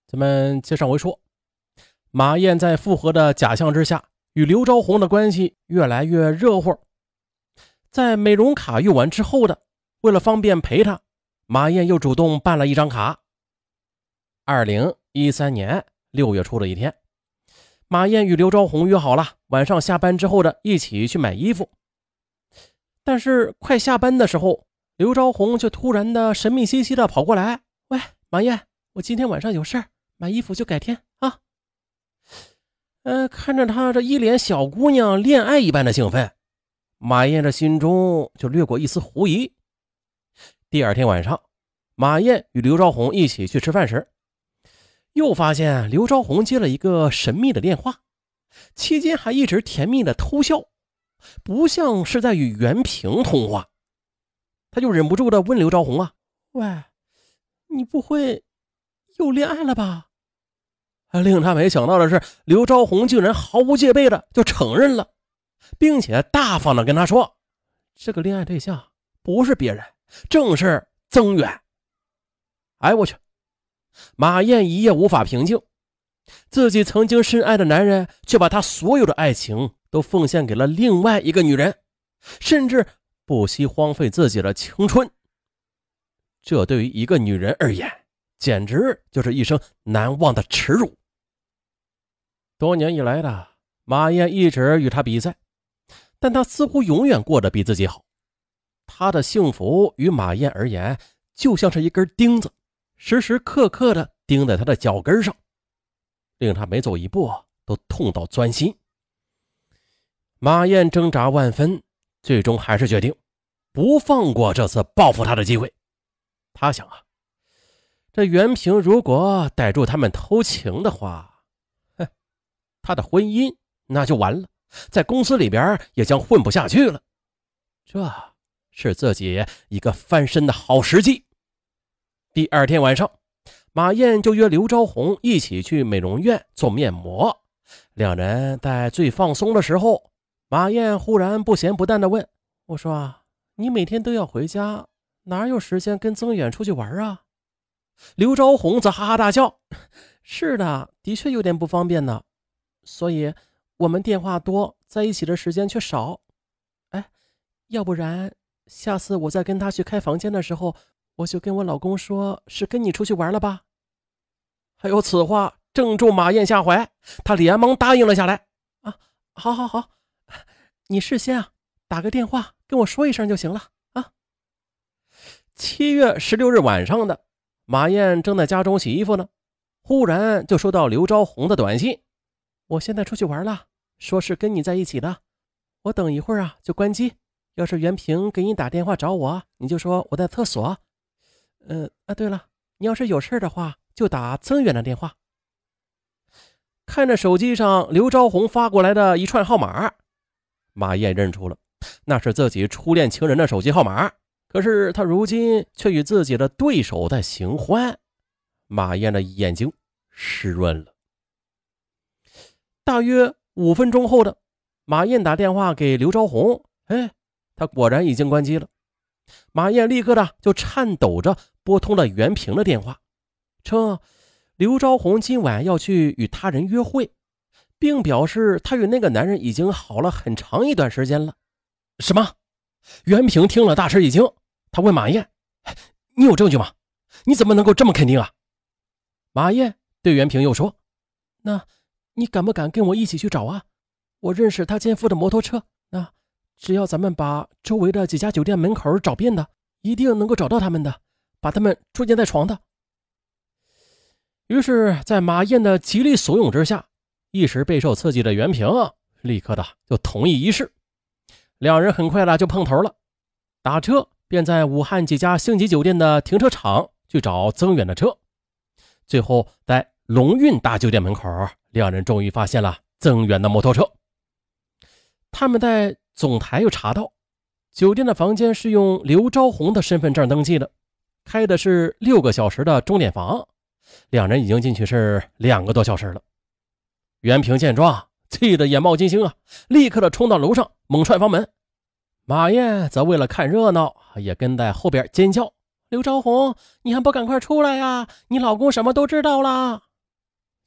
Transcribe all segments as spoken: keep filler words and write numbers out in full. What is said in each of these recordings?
咱们接上回说，马燕在复合的假象之下，与刘昭宏的关系越来越热乎。在美容卡用完之后的，为了方便陪他，马燕又主动办了一张卡。二零一三年六月初的一天，马燕与刘昭宏约好了晚上下班之后的一起去买衣服。但是快下班的时候，刘昭宏却突然的神秘兮兮的跑过来，喂，马燕，我今天晚上有事儿，买衣服就改天啊。呃，看着他这一脸小姑娘恋爱一般的兴奋，马燕的心中就掠过一丝狐疑。第二天晚上，马燕与刘昭宏一起去吃饭时，又发现刘昭宏接了一个神秘的电话，期间还一直甜蜜的偷笑，不像是在与袁平通话。他就忍不住的问刘昭宏啊，喂，你不会又恋爱了吧？令他没想到的是，刘昭宏竟然毫无戒备的就承认了，并且大方的跟他说，这个恋爱对象不是别人，正是曾远。哎我去，马燕一夜无法平静，自己曾经深爱的男人却把他所有的爱情都奉献给了另外一个女人，甚至不惜荒废自己的青春。这对于一个女人而言，简直就是一生难忘的耻辱。多年以来的马燕一直与他比赛，但他似乎永远过得比自己好。他的幸福于马燕而言就像是一根钉子，时时刻刻的钉在他的脚跟上，令他每走一步都痛到钻心。马燕挣扎万分，最终还是决定不放过这次报复他的机会。他想啊，这袁平如果逮住他们偷情的话，哼，他的婚姻那就完了，在公司里边也将混不下去了。这是自己一个翻身的好时机。第二天晚上，马燕就约刘昭宏一起去美容院做面膜。两人在最放松的时候，马燕忽然不咸不淡地问，我说啊，你每天都要回家，哪有时间跟曾远出去玩啊？刘昭宏则哈哈大笑，是的，的确有点不方便呢，所以我们电话多，在一起的时间却少。哎，要不然下次我再跟他去开房间的时候，我就跟我老公说是跟你出去玩了吧。还有此话正中马燕下怀，他连忙答应了下来。啊，好好好，你事先啊打个电话跟我说一声就行了啊。七月十六日晚上的，马燕正在家中洗衣服呢，忽然就收到刘昭宏的短信，我现在出去玩了，说是跟你在一起的，我等一会儿啊就关机，要是袁平给你打电话找我，你就说我在厕所。嗯啊对了，你要是有事的话就打曾远的电话。看着手机上刘昭宏发过来的一串号码，马燕认出了那是自己初恋情人的手机号码，可是他如今却与自己的对手在行欢。马燕的眼睛湿润了。大约五分钟后的，马燕打电话给刘昭宏，哎，他果然已经关机了。马燕立刻的就颤抖着拨通了袁平的电话，称刘昭宏今晚要去与他人约会，并表示他与那个男人已经好了很长一段时间了。什么？袁平听了大吃一惊，他问马燕，你有证据吗？你怎么能够这么肯定啊？马燕对袁平又说，那你敢不敢跟我一起去找啊？我认识他奸夫的摩托车，那只要咱们把周围的几家酒店门口找遍的，一定能够找到他们的，把他们捉奸在床的。于是在马燕的极力怂恿之下，一时备受刺激的袁平立刻的就同意一试。两人很快的就碰头了，打车便在武汉几家星级酒店的停车场去找曾远的车。最后在龙运大酒店门口，两人终于发现了曾远的摩托车。他们在总台又查到，酒店的房间是用刘昭宏的身份证登记的，开的是六个小时的钟点房，两人已经进去是两个多小时了。袁平见状，气得眼冒金星啊，立刻的冲到楼上猛踹房门。马燕则为了看热闹，也跟在后边尖叫，刘昭宏，你还不赶快出来呀，你老公什么都知道了。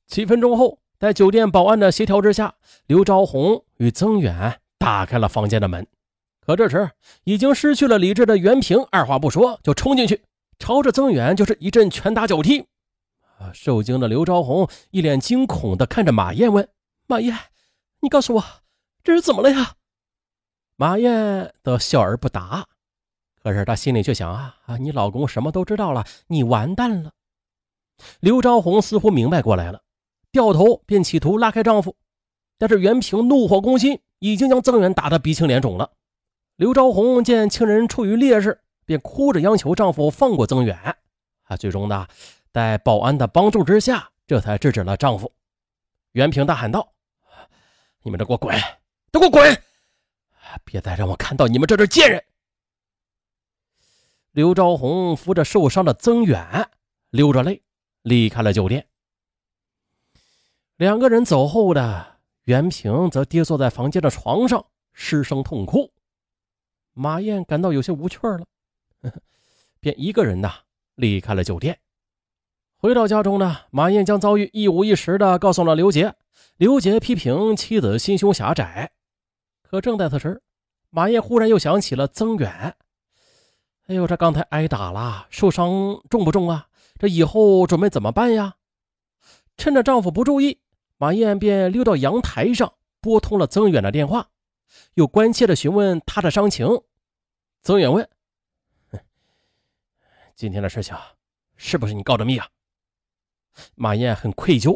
几分钟后，在酒店保安的协调之下，刘昭宏与曾远打开了房间的门。可这时已经失去了理智的袁平二话不说就冲进去，朝着曾远就是一阵拳打脚踢。受惊的刘昭宏一脸惊恐地看着马燕问：马燕，你告诉我这是怎么了呀？马燕则笑而不答，可是他心里却想啊，你老公什么都知道了，你完蛋了。刘昭宏似乎明白过来了，掉头便企图拉开丈夫，但是袁平怒火攻心，已经将曾远打得鼻青脸肿了。刘昭宏见情人处于劣势，便哭着央求丈夫放过曾远。啊，最终呢，在保安的帮助之下，这才制止了丈夫。袁平大喊道：你们都给我滚，都给我滚，别再让我看到你们这对贱人。刘昭宏扶着受伤的曾远，流着泪离开了酒店。两个人走后的袁平则跌坐在房间的床上失声痛哭。马燕感到有些无趣了，呵呵，便一个人呐离开了酒店。回到家中呢，马燕将遭遇一五一十的告诉了刘杰。刘杰批评妻子心胸狭窄。可正在此时，马燕忽然又想起了曾远。哎呦，这刚才挨打了，受伤重不重啊？这以后准备怎么办呀？趁着丈夫不注意，马燕便溜到阳台上拨通了曾远的电话，又关切地询问他的伤情。曾远问：今天的事情是不是你告的密啊？马燕很愧疚：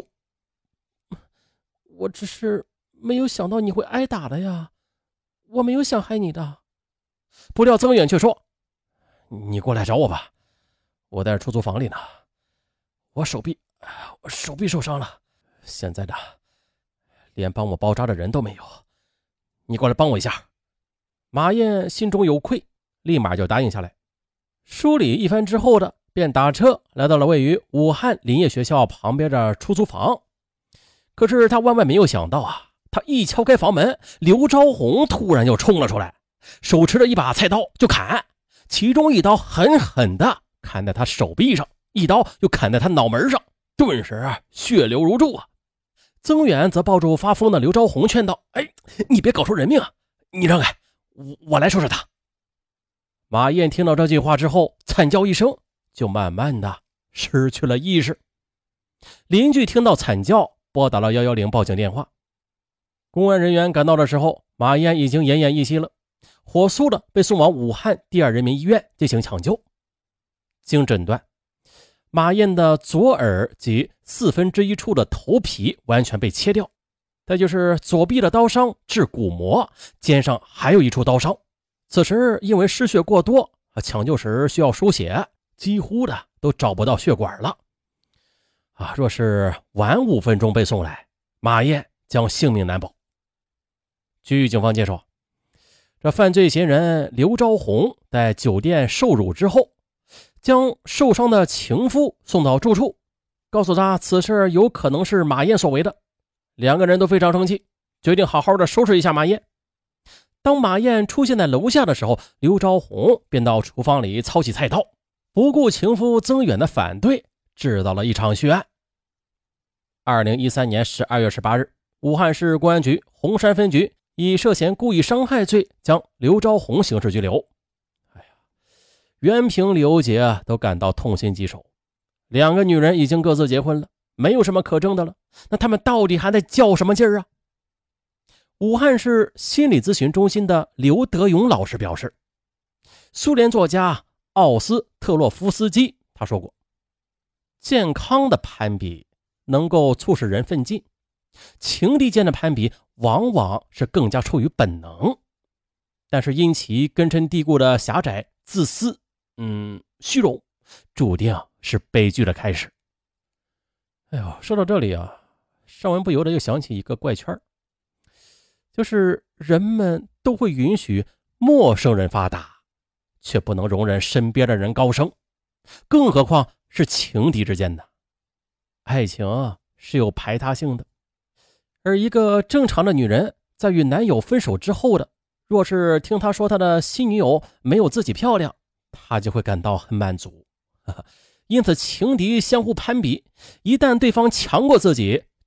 我只是没有想到你会挨打的呀，我没有想害你的。不料曾远却说：你过来找我吧，我在出租房里呢，我手臂我手臂受伤了，现在的连帮我包扎的人都没有，你过来帮我一下。马燕心中有愧，立马就答应下来。梳理一番之后的，便打车来到了位于武汉林业学校旁边的出租房。可是他万万没有想到啊，他一敲开房门，刘昭宏突然就冲了出来，手持着一把菜刀就砍，其中一刀狠狠地砍在他手臂上，一刀又砍在他脑门上，顿时血流如注啊。曾远则抱住发疯的刘昭宏劝道：哎，你别搞出人命啊，你让开，我我来收拾他。马燕听到这句话之后惨叫一声，就慢慢的失去了意识。邻居听到惨叫，拨打了一一零报警电话。公安人员赶到的时候，马燕已经奄奄一息了，火速的被送往武汉第二人民医院进行抢救。经诊断，马燕的左耳及四分之一处的头皮完全被切掉，再就是左臂的刀伤致骨膜，肩上还有一处刀伤。此时因为失血过多，抢救时需要输血，几乎的都找不到血管了。啊，若是晚五分钟被送来，马燕将性命难保。据警方介绍，这犯罪嫌疑人刘昭宏在酒店受辱之后，将受伤的情夫送到住处，告诉他此事有可能是马燕所为的。两个人都非常生气，决定好好的收拾一下马燕。当马燕出现在楼下的时候，刘昭宏便到厨房里操起菜刀，不顾情夫曾远的反对，制造了一场血案。二零一三年十二月十八日，武汉市公安局洪山分局以涉嫌故意伤害罪将刘昭宏刑事拘留。哎呀，袁平、刘杰都感到痛心疾首。两个女人已经各自结婚了，没有什么可争的了，那他们到底还在较什么劲儿啊？武汉市心理咨询中心的刘德勇老师表示，苏联作家奥斯特洛夫斯基他说过，健康的攀比能够促使人奋进，情敌间的攀比往往是更加出于本能，但是因其根深蒂固的狭窄、自私、嗯，虚荣，注定是悲剧的开始。哎呦，说到这里啊，尚文不由得又想起一个怪圈，就是人们都会允许陌生人发达，却不能容忍身边的人高升，更何况是情敌之间的。爱情啊是有排他性的，而一个正常的女人在与男友分手之后的，若是听他说他的新女友没有自己漂亮，他就会感到很满足。因此情敌相互攀比，一旦对方强过自己，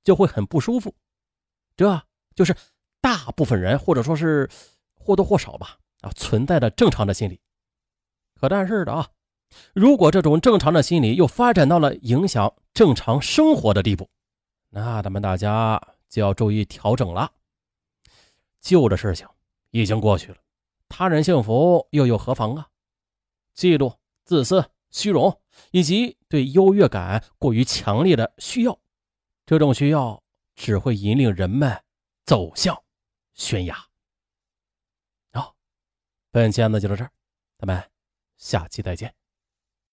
就会很不舒服。这就是大部分人或者说是或多或少吧啊存在的正常的心理。可但是的啊，如果这种正常的心理又发展到了影响正常生活的地步，那咱们大家就要注意调整了。旧的事情已经过去了，他人幸福又有何妨啊？嫉妒、自私、虚荣以及对优越感过于强烈的需要，这种需要只会引领人们走向悬崖。好，本期案子就到这儿，咱们下期再见。